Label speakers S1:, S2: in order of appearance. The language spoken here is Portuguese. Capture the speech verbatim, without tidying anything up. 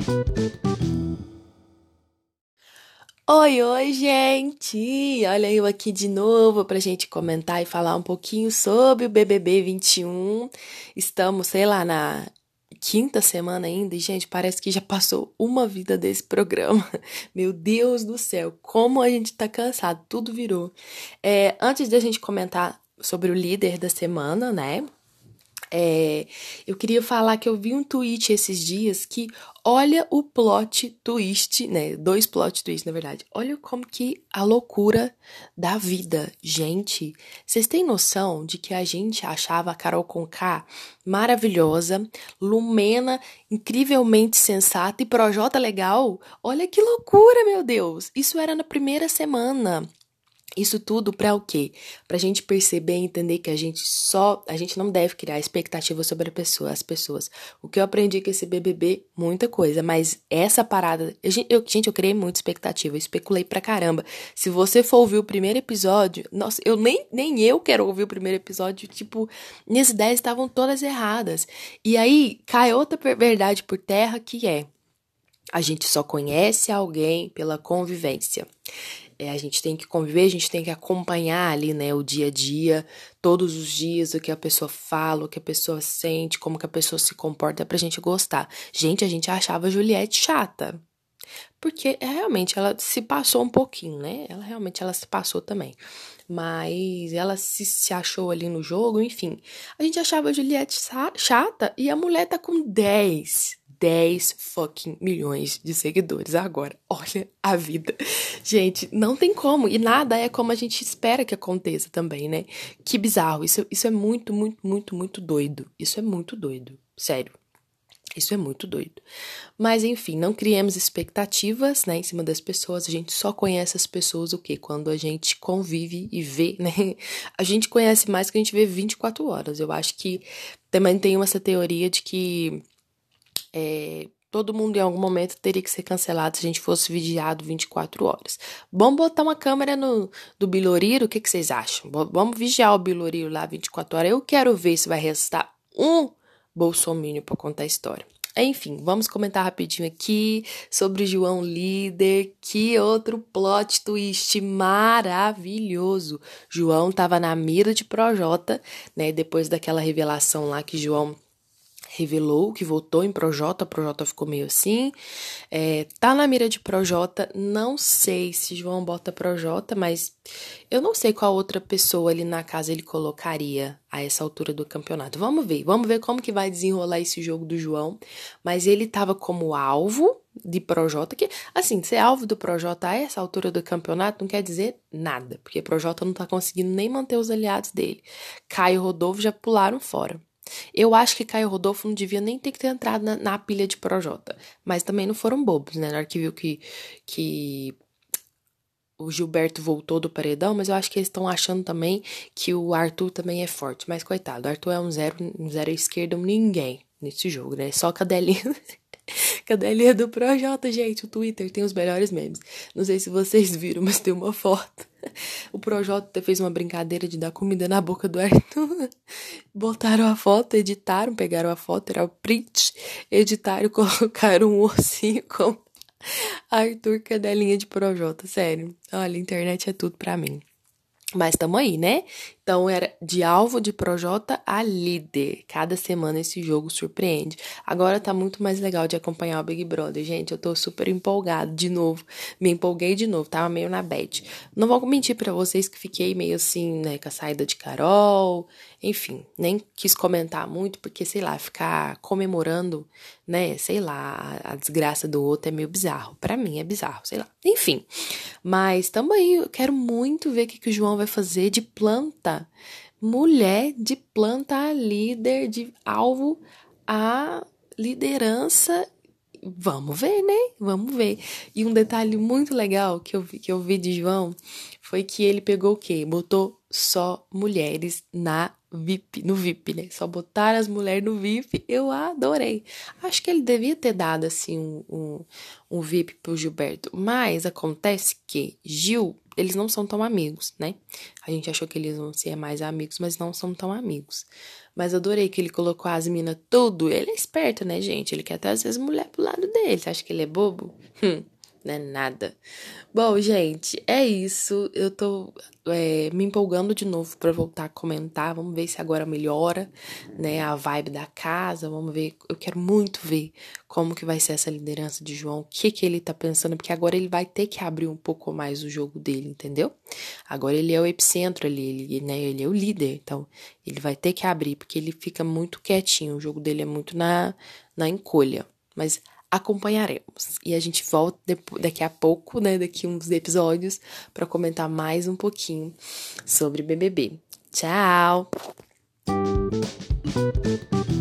S1: Oi, oi, gente! Olha eu aqui de novo pra gente comentar e falar um pouquinho sobre o B B B vinte e um. Estamos, sei lá, na quinta semana ainda e, gente, parece que já passou uma vida desse programa. Meu Deus do céu, como a gente tá cansado, tudo virou. É, antes da gente comentar sobre o líder da semana, né? É, eu queria falar que eu vi um tweet esses dias que olha o plot twist, né? Dois plot twists, na verdade. Olha como que a loucura da vida. Gente, vocês têm noção de que a gente achava a Carol Conká maravilhosa, Lumena incrivelmente sensata e Projota legal? Olha que loucura, meu Deus! Isso era na primeira semana. Isso tudo para o quê? Pra gente perceber e entender que a gente só, a gente não deve criar expectativa sobre a pessoa, as pessoas. O que eu aprendi com esse B B B, muita coisa, mas essa parada, eu, eu, gente, eu criei muita expectativa, eu especulei pra caramba. Se você for ouvir o primeiro episódio, nossa, eu nem, nem eu quero ouvir o primeiro episódio, tipo, minhas ideias estavam todas erradas. E aí, cai outra verdade por terra que é, a gente só conhece alguém pela convivência. É, a gente tem que conviver, a gente tem que acompanhar ali, né, o dia a dia, todos os dias, o que a pessoa fala, o que a pessoa sente, como que a pessoa se comporta pra gente gostar. Gente, a gente achava a Juliette chata. Porque é, realmente ela se passou um pouquinho, né? Ela realmente ela se passou também. Mas ela se, se achou ali no jogo, enfim. A gente achava a Juliette chata e a mulher tá com dez dez fucking milhões de seguidores agora. Olha a vida. Gente, não tem como. E nada é como a gente espera que aconteça também, né? Que bizarro. Isso, isso é muito, muito, muito, muito doido. Isso é muito doido. Sério. Isso é muito doido. Mas, enfim, não criemos expectativas, né, em cima das pessoas. A gente só conhece as pessoas o quê? Quando a gente convive e vê, né? A gente conhece mais que a gente vê vinte e quatro horas. Eu acho que também tem essa teoria de que é, todo mundo em algum momento teria que ser cancelado se a gente fosse vigiado vinte e quatro horas. Vamos botar uma câmera no, do Biloriro? O que, que vocês acham? Vamos vigiar o Biloriro lá vinte e quatro horas. Eu quero ver se vai restar um bolsominion pra contar a história. Enfim, vamos comentar rapidinho aqui sobre o João Líder. Que outro plot twist maravilhoso. João tava na mira de Projota, né? Depois daquela revelação lá que João revelou que votou em Projota, Projota ficou meio assim, é, tá na mira de Projota, não sei se João bota Projota, mas eu não sei qual outra pessoa ali na casa ele colocaria a essa altura do campeonato. Vamos ver, vamos ver como que vai desenrolar esse jogo do João, mas ele tava como alvo de Projota, que, assim, ser alvo do Projota a essa altura do campeonato não quer dizer nada, porque Projota não tá conseguindo nem manter os aliados dele. Caio e Rodolfo já pularam fora. Eu acho que Caio Rodolfo não devia nem ter que ter entrado na, na pilha de Projota. Mas também não foram bobos, né? Na hora que viu que, que o Gilberto voltou do paredão, mas eu acho que eles estão achando também que o Arthur também é forte. Mas coitado, o Arthur é um zero, um zero esquerdo, ninguém nesse jogo, né? Só cadelinha. Cadelinha do Projota, gente. O Twitter tem os melhores memes. Não sei se vocês viram, mas tem uma foto. O Projota fez uma brincadeira de dar comida na boca do Arthur. Botaram a foto, editaram, pegaram a foto, era o print, editaram e colocaram um ursinho com Arthur Cadelinha de Projota. Sério. Olha, a internet é tudo pra mim. Mas tamo aí, né? Então era de alvo de Projota a líder. Cada semana esse jogo surpreende. Agora tá muito mais legal de acompanhar o Big Brother, gente. Eu tô super empolgado de novo. Me empolguei de novo, tava meio na bad. Não vou mentir pra vocês que fiquei meio assim, né, com a saída de Carol. Enfim, nem quis comentar muito, porque, sei lá, ficar comemorando, né, sei lá, a desgraça do outro é meio bizarro. Pra mim é bizarro, sei lá. Enfim, mas tamo aí, eu quero muito ver o que, que o João vai fazer de planta. Mulher de planta a líder, de alvo a liderança. Vamos ver, né? Vamos ver. E um detalhe muito legal que eu vi, que eu vi de João foi que ele pegou o quê? Botou só mulheres na V I P, no V I P, né? Só botaram as mulheres no V I P. Eu adorei. Acho que ele devia ter dado, assim, um, um, um V I P pro Gilberto. Mas acontece que Gil eles não são tão amigos, né? A gente achou que eles vão ser mais amigos, mas não são tão amigos. Mas adorei que ele colocou as minas tudo. Ele é esperto, né, gente? Ele quer trazer as mulheres pro lado dele. Você acha que ele é bobo? Hum, não é nada. Bom, gente, é isso. Eu tô é, me empolgando de novo pra voltar a comentar. Vamos ver se agora melhora, né, a vibe da casa. Vamos ver. Eu quero muito ver como que vai ser essa liderança de João. O que que ele tá pensando, porque agora ele vai ter que abrir um pouco mais o jogo dele, entendeu? Agora ele é o epicentro ali, ele, né, ele é o líder. Então, ele vai ter que abrir, porque ele fica muito quietinho. O jogo dele é muito na, na encolha. Mas acompanharemos. E a gente volta depois, daqui a pouco, né, daqui uns episódios, para comentar mais um pouquinho sobre B B B. Tchau!